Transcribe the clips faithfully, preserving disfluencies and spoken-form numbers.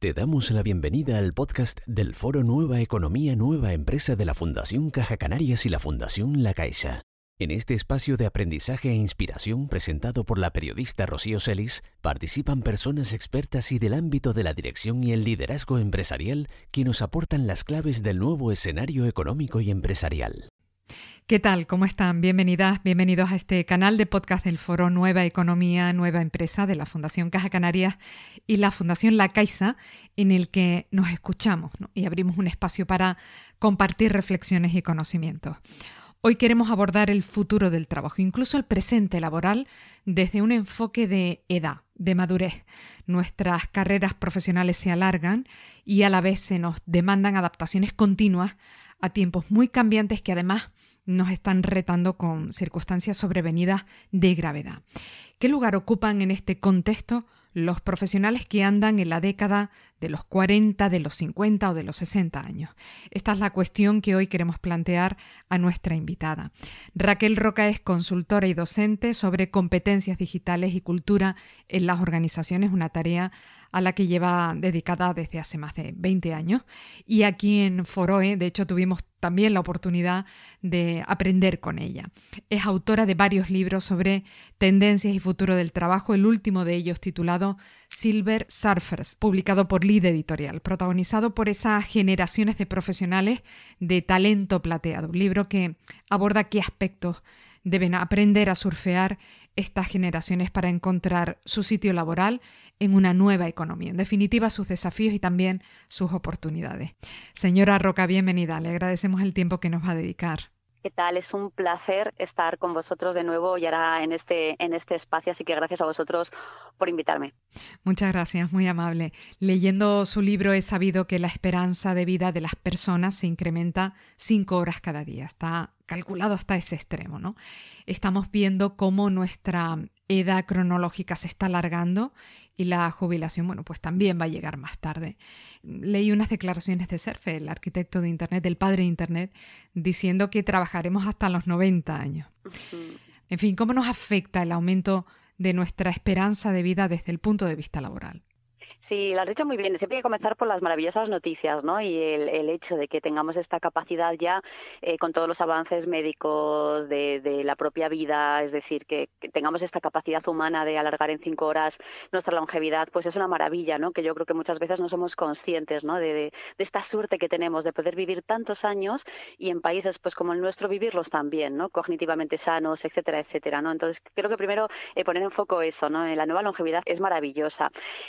Te damos la bienvenida al podcast del Foro Nueva Economía Nueva Empresa de la Fundación Caja Canarias y la Fundación La Caixa. En este espacio de aprendizaje e inspiración presentado por la periodista Rocío Celis, participan personas expertas y del ámbito de la dirección y el liderazgo empresarial que nos aportan las claves del nuevo escenario económico y empresarial. ¿Qué tal? ¿Cómo están? Bienvenidas, bienvenidos a este canal de podcast del Foro Nueva Economía, Nueva Empresa de la Fundación Caja Canarias y la Fundación La Caixa, en el que nos escuchamos, ¿no? Y abrimos un espacio para compartir reflexiones y conocimientos. Hoy queremos abordar el futuro del trabajo, incluso el presente laboral, desde un enfoque de edad, de madurez. Nuestras carreras profesionales se alargan y a la vez se nos demandan adaptaciones continuas a tiempos muy cambiantes que además nos están retando con circunstancias sobrevenidas de gravedad. ¿Qué lugar ocupan en este contexto los profesionales que andan en la década de los cuarenta, de los cincuenta o de los sesenta años? Esta es la cuestión que hoy queremos plantear a nuestra invitada. Raquel Roca es consultora y docente sobre competencias digitales y cultura en las organizaciones, una tarea a la que lleva dedicada desde hace más de veinte años. Y aquí en Foroe, de hecho, tuvimos también la oportunidad de aprender con ella. Es autora de varios libros sobre tendencias y futuro del trabajo, el último de ellos titulado Silver Surfers, publicado por Lid Editorial, protagonizado por esas generaciones de profesionales de talento plateado, un libro que aborda qué aspectos deben aprender a surfear estas generaciones para encontrar su sitio laboral en una nueva economía. En definitiva, sus desafíos y también sus oportunidades. Señora Roca, bienvenida. Le agradecemos el tiempo que nos va a dedicar. ¿Qué tal? Es un placer estar con vosotros de nuevo y ahora en este, en este espacio, así que gracias a vosotros por invitarme. Muchas gracias, muy amable. Leyendo su libro he sabido que la esperanza de vida de las personas se incrementa cinco horas cada día. Está calculado hasta ese extremo, ¿no? Estamos viendo cómo nuestra edad cronológica se está alargando y la jubilación, bueno, pues también va a llegar más tarde. Leí unas declaraciones de Cerfe, el arquitecto de Internet, el padre de Internet, diciendo que trabajaremos hasta los noventa años. Uh-huh. En fin, ¿cómo nos afecta el aumento de nuestra esperanza de vida desde el punto de vista laboral? Sí, lo has dicho muy bien. Siempre hay que comenzar por las maravillosas noticias, ¿no? Y el, el hecho de que tengamos esta capacidad ya eh, con todos los avances médicos de, de la propia vida, es decir, que, que tengamos esta capacidad humana de alargar en cinco horas nuestra longevidad, pues es una maravilla, ¿no? Que yo creo que muchas veces no somos conscientes, ¿no? De, de, de esta suerte que tenemos de poder vivir tantos años y en países pues como el nuestro vivirlos también, ¿no? Cognitivamente sanos, etcétera, etcétera, ¿no? Entonces creo que primero eh, poner en foco eso, ¿no? La nueva longevidad es maravillosa.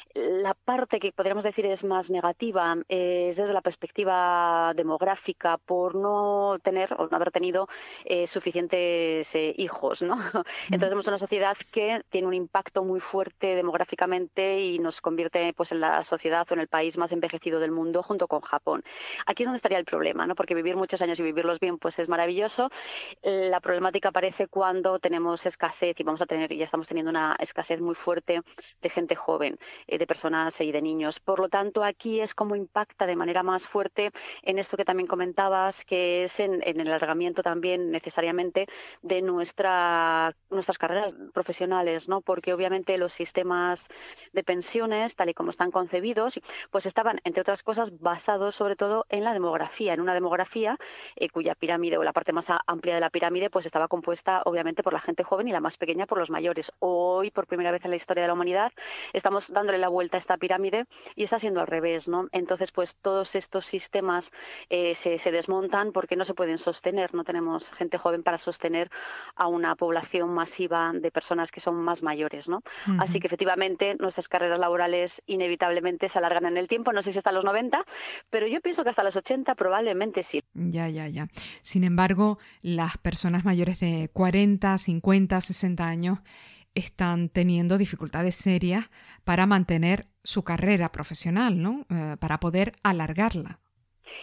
La parte que podríamos decir es más negativa es desde la perspectiva demográfica, por no tener o no haber tenido eh, suficientes eh, hijos, ¿no? Entonces tenemos una sociedad que tiene un impacto muy fuerte demográficamente y nos convierte pues en la sociedad o en el país más envejecido del mundo junto con Japón. Aquí es donde estaría el problema, ¿no? Porque vivir muchos años y vivirlos bien pues es maravilloso. La problemática aparece cuando tenemos escasez y vamos a tener, y ya estamos teniendo una escasez muy fuerte de gente joven, eh, de personas y de niños. Por lo tanto, aquí es como impacta de manera más fuerte en esto que también comentabas, que es en, en el alargamiento también necesariamente de nuestra, nuestras carreras profesionales, ¿no? Porque obviamente los sistemas de pensiones, tal y como están concebidos, pues estaban, entre otras cosas, basados sobre todo en la demografía, en una demografía eh, cuya pirámide o la parte más amplia de la pirámide pues estaba compuesta obviamente por la gente joven y la más pequeña por los mayores. Hoy, por primera vez en la historia de la humanidad, estamos dándole la vuelta a esta pirámide y está siendo al revés, ¿no? Entonces, pues todos estos sistemas eh, se, se desmontan porque no se pueden sostener, no tenemos gente joven para sostener a una población masiva de personas que son más mayores, ¿no? Uh-huh. Así que efectivamente nuestras carreras laborales inevitablemente se alargan en el tiempo, no sé si hasta los noventa, pero yo pienso que hasta los ochenta probablemente sí. Ya, ya, ya. Sin embargo, las personas mayores de cuarenta, cincuenta, sesenta años están teniendo dificultades serias para mantener su carrera profesional, ¿no? Eh, para poder alargarla. Eh,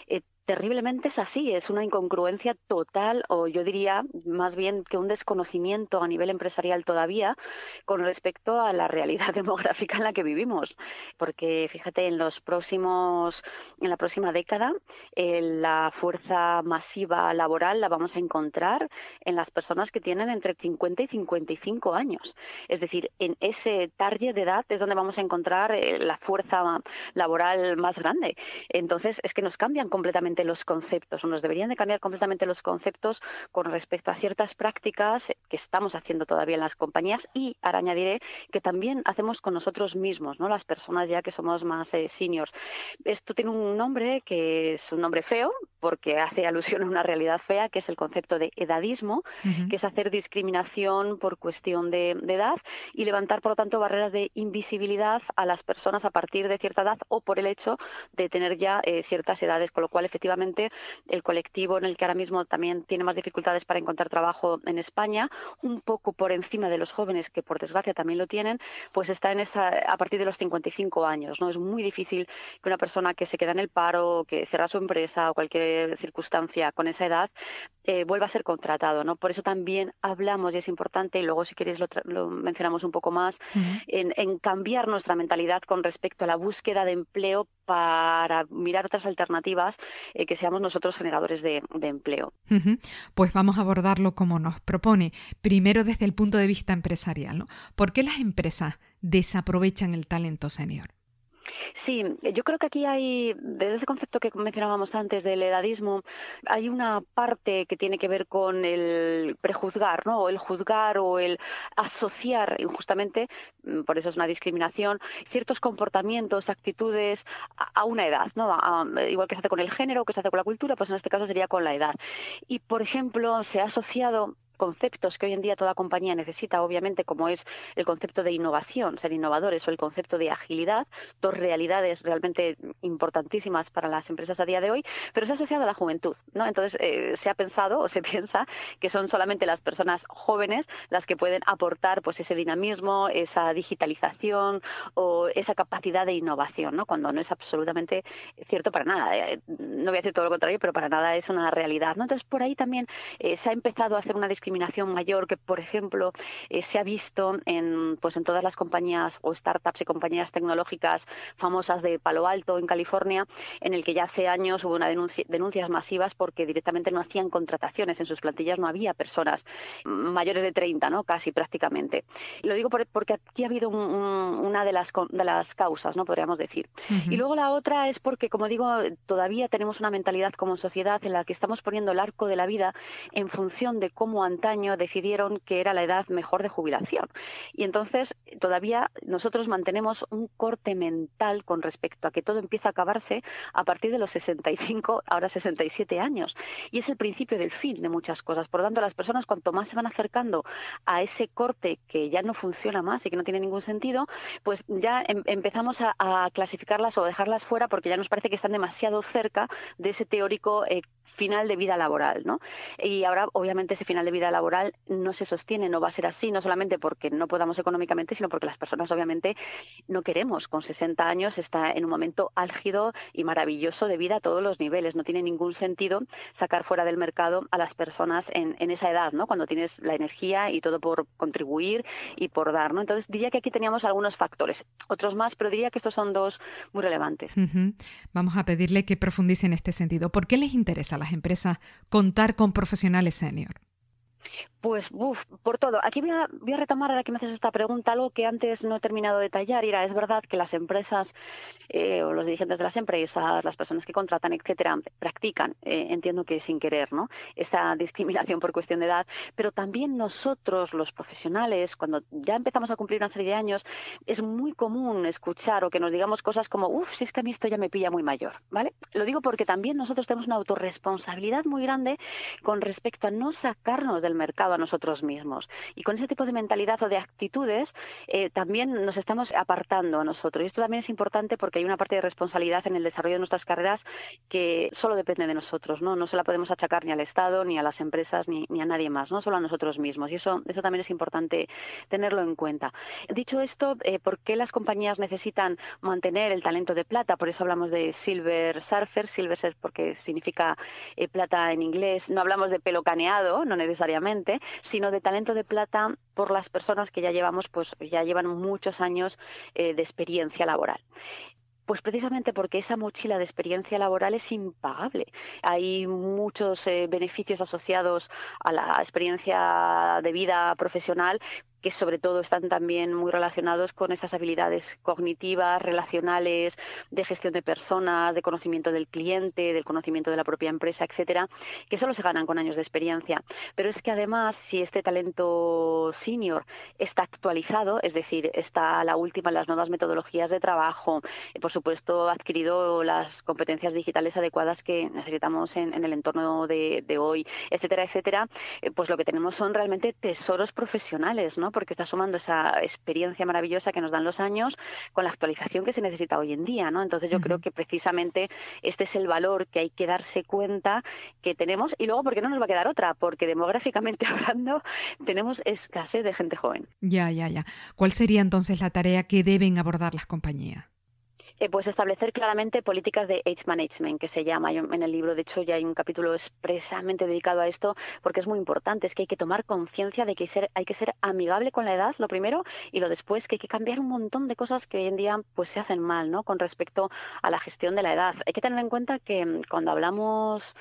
terriblemente es así, es una incongruencia total, o yo diría más bien que un desconocimiento a nivel empresarial todavía con respecto a la realidad demográfica en la que vivimos. Porque fíjate, en los próximos, en la próxima década, eh, la fuerza masiva laboral la vamos a encontrar en las personas que tienen entre cincuenta y cincuenta y cinco años. Es decir, en ese target de edad es donde vamos a encontrar eh, la fuerza laboral más grande. Entonces, es que nos cambian completamente los conceptos, o nos deberían de cambiar completamente los conceptos con respecto a ciertas prácticas que estamos haciendo todavía en las compañías, y ahora añadiré que también hacemos con nosotros mismos, ¿no? Las personas ya que somos más eh, seniors. Esto tiene un nombre que es un nombre feo, porque hace alusión a una realidad fea, que es el concepto de edadismo, uh-huh. que es hacer discriminación por cuestión de, de edad y levantar, por lo tanto, barreras de invisibilidad a las personas a partir de cierta edad o por el hecho de tener ya eh, ciertas edades, con lo cual, efectivamente, el colectivo en el que ahora mismo también tiene más dificultades para encontrar trabajo en España, un poco por encima de los jóvenes, que por desgracia también lo tienen, pues está en esa a partir de los cincuenta y cinco años, ¿no? Es muy difícil que una persona que se queda en el paro, que cierra su empresa o cualquier circunstancia con esa edad, eh, vuelva a ser contratado, ¿no? Por eso también hablamos, y es importante, y luego si queréis lo, lo mencionamos un poco más, uh-huh. en, en cambiar nuestra mentalidad con respecto a la búsqueda de empleo para mirar otras alternativas, eh, que seamos nosotros generadores de, de empleo. Uh-huh. Pues vamos a abordarlo como nos propone. Primero, desde el punto de vista empresarial, ¿no? ¿Por qué las empresas desaprovechan el talento senior? Sí, yo creo que aquí hay, desde ese concepto que mencionábamos antes del edadismo, hay una parte que tiene que ver con el prejuzgar, ¿no? O el juzgar o el asociar injustamente, por eso es una discriminación, ciertos comportamientos, actitudes a, a una edad, ¿no? A, a, igual que se hace con el género, que se hace con la cultura, pues en este caso sería con la edad. Y, por ejemplo, se ha asociado conceptos que hoy en día toda compañía necesita, obviamente, como es el concepto de innovación, ser innovadores, o el concepto de agilidad, dos realidades realmente importantísimas para las empresas a día de hoy, pero se ha asociado a la juventud, ¿no? Entonces, eh, se ha pensado o se piensa que son solamente las personas jóvenes las que pueden aportar pues ese dinamismo, esa digitalización o esa capacidad de innovación, ¿no? Cuando no es absolutamente cierto para nada. Eh, no voy a decir todo lo contrario, pero para nada es una realidad, ¿no? Entonces, por ahí también eh, se ha empezado a hacer una discriminación discriminación mayor que, por ejemplo, eh, se ha visto en, pues, en todas las compañías o startups y compañías tecnológicas famosas de Palo Alto, en California, en el que ya hace años hubo una denuncia, denuncias masivas porque directamente no hacían contrataciones, en sus plantillas no había personas mayores de treinta, ¿no? Casi prácticamente. Y lo digo por, porque aquí ha habido un, un, una de las, de las causas, ¿no? Podríamos decir. Uh-huh. Y luego la otra es porque, como digo, todavía tenemos una mentalidad como sociedad en la que estamos poniendo el arco de la vida en función de cómo antaño decidieron que era la edad mejor de jubilación. Y entonces todavía nosotros mantenemos un corte mental con respecto a que todo empieza a acabarse a partir de los sesenta y cinco, ahora sesenta y siete años. Y es el principio del fin de muchas cosas. Por lo tanto, las personas, cuanto más se van acercando a ese corte que ya no funciona más y que no tiene ningún sentido, pues ya em- empezamos a, a clasificarlas o dejarlas fuera porque ya nos parece que están demasiado cerca de ese teórico eh, final de vida laboral, ¿no? Y ahora, obviamente, ese final de vida laboral no se sostiene, no va a ser así, no solamente porque no podamos económicamente, sino porque las personas, obviamente, no queremos. Con sesenta años está en un momento álgido y maravilloso de vida a todos los niveles. No tiene ningún sentido sacar fuera del mercado a las personas en, en esa edad, ¿no? Cuando tienes la energía y todo por contribuir y por dar, ¿no? Entonces, diría que aquí teníamos algunos factores, otros más, pero diría que estos son dos muy relevantes. Uh-huh. Vamos a pedirle que profundice en este sentido. ¿Por qué les interesa a las empresas contar con profesionales senior? Pues, uf, por todo. Aquí voy a, voy a retomar, ahora que me haces esta pregunta, algo que antes no he terminado de detallar. Y era, es verdad que las empresas, eh, o los dirigentes de las empresas, las personas que contratan, etcétera, practican, eh, entiendo que sin querer, ¿no?, esta discriminación por cuestión de edad. Pero también nosotros, los profesionales, cuando ya empezamos a cumplir una serie de años, es muy común escuchar o que nos digamos cosas como, uff, si es que a mí esto ya me pilla muy mayor, ¿vale? Lo digo porque también nosotros tenemos una autorresponsabilidad muy grande con respecto a no sacarnos del mercado a nosotros mismos. Y con ese tipo de mentalidad o de actitudes eh, también nos estamos apartando a nosotros. Y esto también es importante porque hay una parte de responsabilidad en el desarrollo de nuestras carreras que solo depende de nosotros, ¿no? No se la podemos achacar ni al Estado, ni a las empresas, ni, ni a nadie más, ¿no? Solo a nosotros mismos. Y eso, eso también es importante tenerlo en cuenta. Dicho esto, eh, ¿por qué las compañías necesitan mantener el talento de plata? Por eso hablamos de Silver Surfer. Silver Surfer porque significa eh, plata en inglés. No hablamos de pelo caneado, no necesariamente, sino de talento de plata por las personas que ya llevamos, pues ya llevan muchos años eh, de experiencia laboral. Pues precisamente porque esa mochila de experiencia laboral es impagable. Hay muchos eh, beneficios asociados a la experiencia de vida profesional que sobre todo están también muy relacionados con esas habilidades cognitivas, relacionales, de gestión de personas, de conocimiento del cliente, del conocimiento de la propia empresa, etcétera, que solo se ganan con años de experiencia. Pero es que además, si este talento senior está actualizado, es decir, está a la última en las nuevas metodologías de trabajo, por supuesto, ha adquirido las competencias digitales adecuadas que necesitamos en, en el entorno de, de hoy, etcétera, etcétera, pues lo que tenemos son realmente tesoros profesionales, ¿no? Porque está sumando esa experiencia maravillosa que nos dan los años con la actualización que se necesita hoy en día, ¿no? Entonces yo uh-huh. creo que precisamente este es el valor que hay que darse cuenta que tenemos, y luego porque no nos va a quedar otra, porque demográficamente hablando tenemos escasez de gente joven. Ya, ya, ya. ¿Cuál sería entonces la tarea que deben abordar las compañías? Eh, pues establecer claramente políticas de age management, que se llama. Yo, en el libro, de hecho, ya hay un capítulo expresamente dedicado a esto, porque es muy importante. Es que hay que tomar conciencia de que hay, ser, hay que ser amigable con la edad, lo primero, y lo después, que hay que cambiar un montón de cosas que hoy en día pues se hacen mal, ¿no? Con respecto a la gestión de la edad. Hay que tener en cuenta que cuando hablamos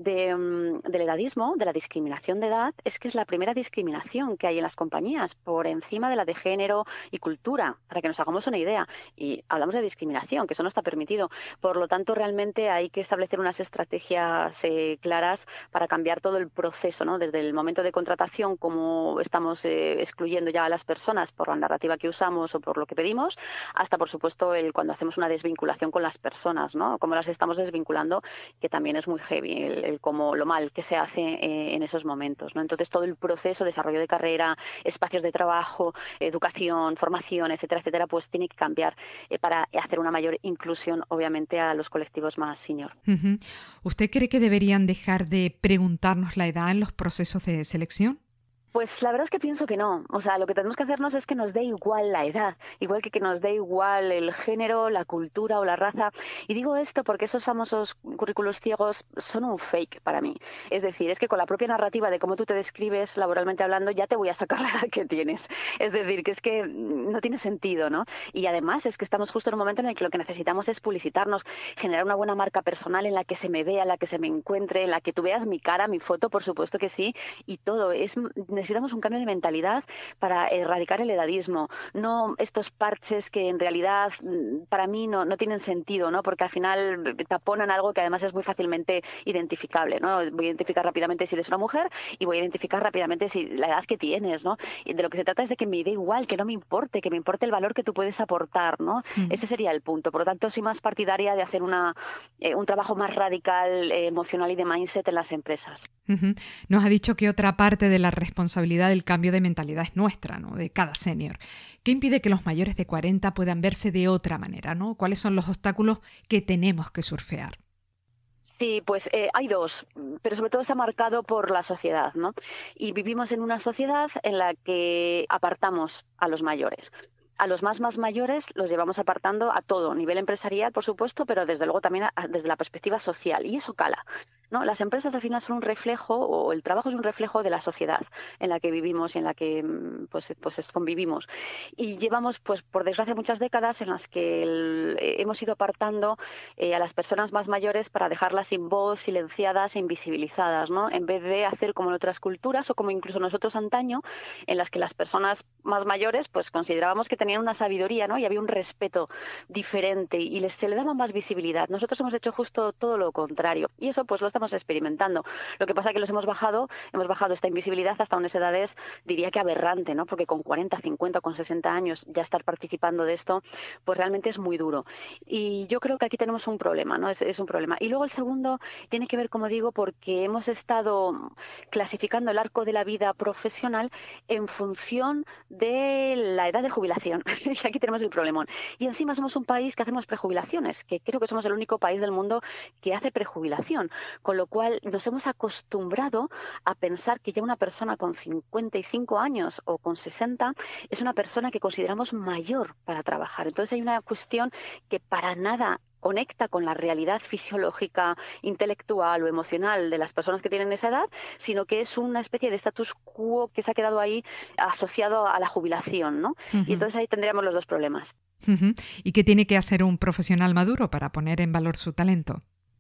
de, del edadismo, de la discriminación de edad, es que es la primera discriminación que hay en las compañías, por encima de la de género y cultura, para que nos hagamos una idea. Y hablamos de discriminación, que eso no está permitido. Por lo tanto, realmente hay que establecer unas estrategias eh, claras para cambiar todo el proceso, ¿no? Desde el momento de contratación, como estamos eh, excluyendo ya a las personas por la narrativa que usamos o por lo que pedimos, hasta, por supuesto, el cuando hacemos una desvinculación con las personas, ¿no? Cómo las estamos desvinculando, que también es muy heavy, el, el cómo lo mal que se hace eh, en esos momentos, ¿no? Entonces, todo el proceso, desarrollo de carrera, espacios de trabajo, educación, formación, etcétera, etcétera, pues tiene que cambiar eh, para hacer una mayor inclusión, obviamente, a los colectivos más senior. Uh-huh. ¿Usted cree que deberían dejar de preguntarnos la edad en los procesos de selección? Pues la verdad es que pienso que no. O sea, lo que tenemos que hacernos es que nos dé igual la edad, igual que que nos dé igual el género, la cultura o la raza. Y digo esto porque esos famosos currículos ciegos son un fake para mí. Es decir, es que con la propia narrativa de cómo tú te describes laboralmente hablando, ya te voy a sacar la edad que tienes. Es decir, que es que no tiene sentido, ¿no? Y además es que estamos justo en un momento en el que lo que necesitamos es publicitarnos, generar una buena marca personal en la que se me vea, en la que se me encuentre, en la que tú veas mi cara, mi foto, por supuesto que sí, y todo. Es necesitamos un cambio de mentalidad para erradicar el edadismo, no estos parches que en realidad para mí no, no tienen sentido, ¿no? Porque al final taponan algo que además es muy fácilmente identificable, ¿no? Voy a identificar rápidamente si eres una mujer y voy a identificar rápidamente si la edad que tienes, ¿no? Y de lo que se trata es de que me dé igual, que no me importe, que me importe el valor que tú puedes aportar, ¿no? Mm. Ese sería el punto. Por lo tanto, soy más partidaria de hacer una, eh, un trabajo más radical, eh, emocional y de mindset en las empresas. Uh-huh. Nos ha dicho que otra parte de la responsabilidad del cambio de mentalidad es nuestra, ¿no? De cada senior. ¿Qué impide que los mayores de cuarenta puedan verse de otra manera, ¿no? ¿Cuáles son los obstáculos que tenemos que surfear? Sí, pues eh, hay dos, pero sobre todo está marcado por la sociedad, ¿no? Y vivimos en una sociedad en la que apartamos a los mayores. A los más más mayores los llevamos apartando a todo, nivel empresarial, por supuesto, pero desde luego también a, desde la perspectiva social, y eso cala, ¿no? Las empresas al final son un reflejo, o el trabajo es un reflejo de la sociedad en la que vivimos y en la que pues, pues convivimos. Y llevamos, pues por desgracia, muchas décadas en las que el, eh, hemos ido apartando eh, a las personas más mayores para dejarlas sin voz, silenciadas e invisibilizadas, ¿no? En vez de hacer como en otras culturas o como incluso nosotros antaño, en las que las personas más mayores, pues considerábamos que tenían una sabiduría, ¿no? Y había un respeto diferente y les, se le daba más visibilidad. Nosotros hemos hecho justo todo lo contrario y eso pues lo estamos experimentando. Lo que pasa es que los hemos bajado, hemos bajado esta invisibilidad hasta unas edades, diría que aberrante, ¿no? Porque con cuarenta, cincuenta, con sesenta años ya estar participando de esto, pues realmente es muy duro. Y yo creo que aquí tenemos un problema, ¿no? Es, es un problema. Y luego el segundo tiene que ver, como digo, porque hemos estado clasificando el arco de la vida profesional en función de la edad de jubilación. Y aquí tenemos el problemón. Y encima somos un país que hacemos prejubilaciones, que creo que somos el único país del mundo que hace prejubilación, con lo cual nos hemos acostumbrado a pensar que ya una persona con cincuenta y cinco años o con sesenta es una persona que consideramos mayor para trabajar. Entonces hay una cuestión que para nada conecta con la realidad fisiológica, intelectual o emocional de las personas que tienen esa edad, sino que es una especie de status quo que se ha quedado ahí asociado a la jubilación, ¿no? Uh-huh. Y entonces ahí tendríamos los dos problemas. Uh-huh. ¿Y qué tiene que hacer un profesional maduro para poner en valor su talento?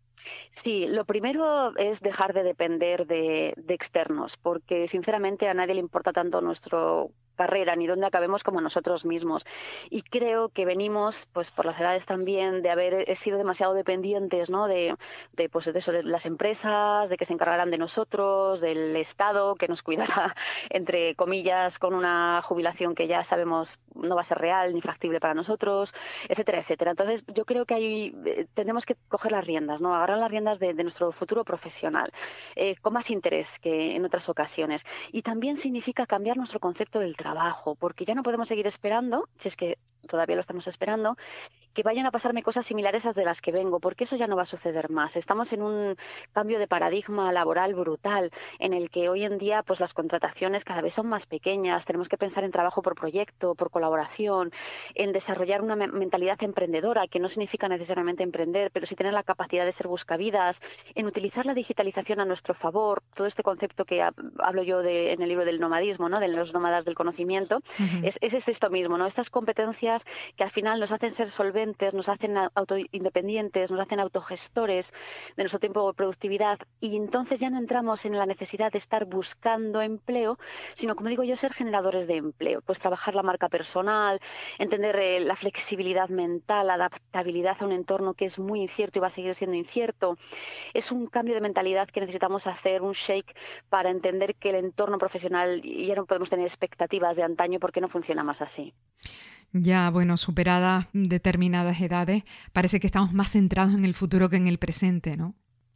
Sí, lo primero es dejar de depender de, de externos, porque sinceramente a nadie le importa tanto nuestro carrera ni dónde acabemos como nosotros mismos. Y creo que venimos, pues por las edades también, de haber sido demasiado dependientes, ¿no? De, de pues de eso, de las empresas, de que se encargaran de nosotros, del Estado, que nos cuidara, entre comillas, con una jubilación que ya sabemos no va a ser real ni factible para nosotros, etcétera, etcétera. Entonces yo creo que ahí eh, tenemos que coger las riendas, ¿no? Agarrar las riendas de, de nuestro futuro profesional, eh, con más interés que en otras ocasiones. Y también significa cambiar nuestro concepto del trabajo. Trabajo, porque ya no podemos seguir esperando, si es que todavía lo estamos esperando, que vayan a pasarme cosas similares a de las que vengo, porque eso ya no va a suceder más. Estamos en un cambio de paradigma laboral brutal, en el que hoy en día pues las contrataciones cada vez son más pequeñas, tenemos que pensar en trabajo por proyecto, por colaboración, en desarrollar una me- mentalidad emprendedora, que no significa necesariamente emprender, pero sí tener la capacidad de ser buscavidas, en utilizar la digitalización a nuestro favor, todo este concepto que ha- hablo yo de, en el libro del nomadismo, ¿no? De los nómadas del conocimiento, uh-huh. es, es esto mismo, ¿no? Estas competencias que al final nos hacen ser solventes, nos hacen autoindependientes, nos hacen autogestores de nuestro tiempo de productividad, y entonces ya no entramos en la necesidad de estar buscando empleo, sino, como digo yo, ser generadores de empleo, pues trabajar la marca personal, entender eh, la flexibilidad mental, la adaptabilidad a un entorno que es muy incierto y va a seguir siendo incierto. Es un cambio de mentalidad que necesitamos hacer, un shake, para entender que el entorno profesional ya no podemos tener expectativas de antaño porque no funciona más así. Ya, bueno, superadas determinadas edades, parece que estamos más centrados en el futuro que en el presente, ¿no?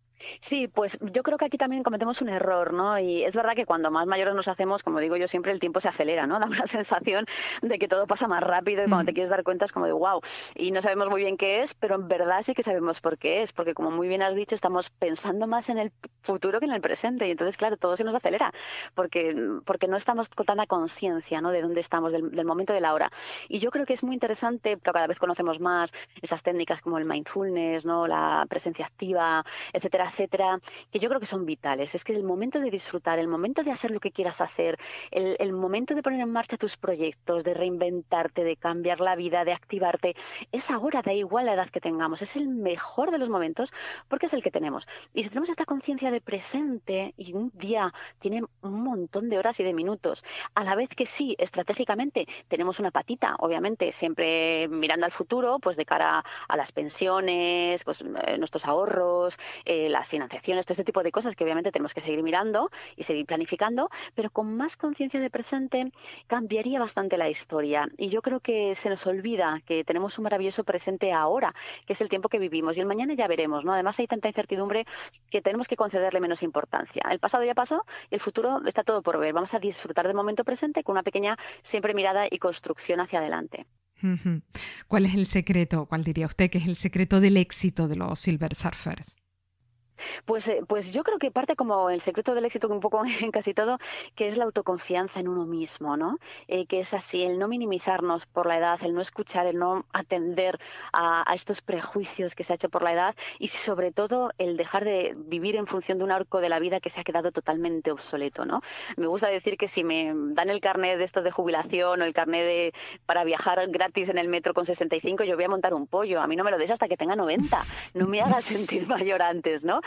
Sí, pues yo creo que aquí también cometemos un error, ¿no? Y es verdad que cuando más mayores nos hacemos, como digo yo siempre, el tiempo se acelera, ¿no? Da una sensación de que todo pasa más rápido y cuando te quieres dar cuenta es como de wow. Y no sabemos muy bien qué es, pero en verdad sí que sabemos por qué es, porque como muy bien has dicho, estamos pensando más en el futuro que en el presente y entonces, claro, todo se nos acelera porque, porque no estamos con tanta conciencia, ¿no? De dónde estamos, del, del momento de la hora. Y yo creo que es muy interesante, que cada vez conocemos más esas técnicas como el mindfulness, ¿no? La presencia activa, etcétera, etcétera, que yo creo que son vitales. Es que el momento de disfrutar, el momento de hacer lo que quieras hacer, el, el momento de poner en marcha tus proyectos, de reinventarte, de cambiar la vida, de activarte, es ahora, da igual la edad que tengamos, es el mejor de los momentos porque es el que tenemos. Y si tenemos esta conciencia de presente y un día tiene un montón de horas y de minutos, a la vez que sí, estratégicamente tenemos una patita, obviamente, siempre mirando al futuro, pues de cara a las pensiones, pues eh, nuestros ahorros, eh, las financiaciones, todo este tipo de cosas que obviamente tenemos que seguir mirando y seguir planificando, pero con más conciencia de presente cambiaría bastante la historia. Y yo creo que se nos olvida que tenemos un maravilloso presente ahora, que es el tiempo que vivimos, y el mañana ya veremos, ¿no? Además hay tanta incertidumbre que tenemos que concederle menos importancia. El pasado ya pasó y el futuro está todo por ver. Vamos a disfrutar del momento presente con una pequeña siempre mirada y construcción hacia adelante. ¿Cuál es el secreto? ¿Cuál diría usted que es el secreto del éxito de los Silver Surfers? Pues, eh, pues yo creo que parte como el secreto del éxito un poco en casi todo, que es la autoconfianza en uno mismo, ¿no? Eh, que es así, el no minimizarnos por la edad, el no escuchar, el no atender a, a estos prejuicios que se ha hecho por la edad y sobre todo el dejar de vivir en función de un arco de la vida que se ha quedado totalmente obsoleto, ¿no? Me gusta decir que si me dan el carnet de estos de jubilación o el carnet de, para viajar gratis en el metro con sesenta y cinco, yo voy a montar un pollo. A mí no me lo des hasta que tenga noventa. No me hagas sentir mayor antes, ¿no?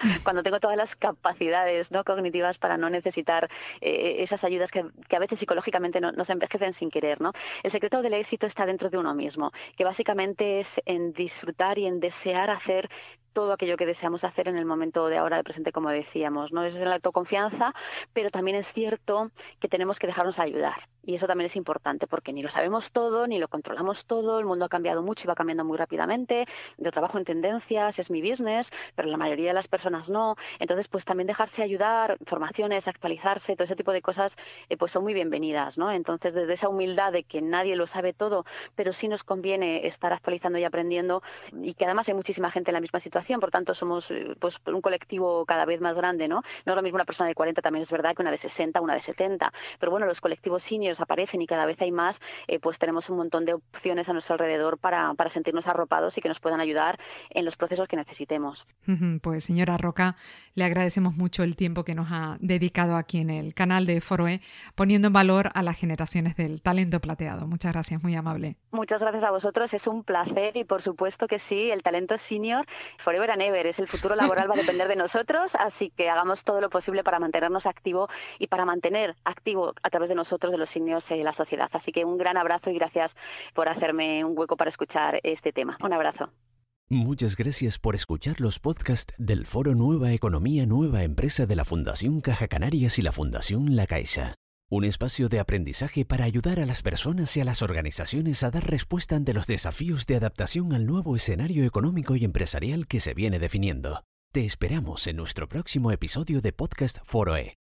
cuando tengo todas las capacidades, ¿no?, cognitivas para no necesitar eh, esas ayudas que, que a veces psicológicamente no, nos envejecen sin querer, ¿no? El secreto del éxito está dentro de uno mismo, que básicamente es en disfrutar y en desear hacer todo aquello que deseamos hacer en el momento de ahora, de presente, como decíamos, ¿no? Eso es la autoconfianza, pero también es cierto que tenemos que dejarnos ayudar. Y eso también es importante, porque ni lo sabemos todo, ni lo controlamos todo, el mundo ha cambiado mucho y va cambiando muy rápidamente. Yo trabajo en tendencias, es mi business, pero la mayoría de las personas no. Entonces, pues también dejarse ayudar, formaciones, actualizarse, todo ese tipo de cosas, eh, pues son muy bienvenidas, ¿no? Entonces, desde esa humildad de que nadie lo sabe todo, pero sí nos conviene estar actualizando y aprendiendo, y que además hay muchísima gente en la misma situación, por tanto somos pues un colectivo cada vez más grande, ¿no? No es lo mismo una persona de cuarenta, también es verdad, que una de sesenta, una de setenta, pero bueno, los colectivos seniors aparecen y cada vez hay más, eh, pues tenemos un montón de opciones a nuestro alrededor para, para sentirnos arropados y que nos puedan ayudar en los procesos que necesitemos. Pues señora Roca, le agradecemos mucho el tiempo que nos ha dedicado aquí en el canal de Foroe, poniendo en valor a las generaciones del talento plateado. Muchas gracias, muy amable. Muchas gracias a vosotros, es un placer, y por supuesto que sí, el talento senior forever and ever, es el futuro laboral, va a depender de nosotros, así que hagamos todo lo posible para mantenernos activo y para mantener activo a través de nosotros, de los seniors, eh, la sociedad. Así que un gran abrazo y gracias por hacerme un hueco para escuchar este tema. Un abrazo. Muchas gracias por escuchar los podcasts del Foro Nueva Economía, Nueva Empresa de la Fundación Caja Canarias y la Fundación La Caixa. Un espacio de aprendizaje para ayudar a las personas y a las organizaciones a dar respuesta ante los desafíos de adaptación al nuevo escenario económico y empresarial que se viene definiendo. Te esperamos en nuestro próximo episodio de Podcast Foroe.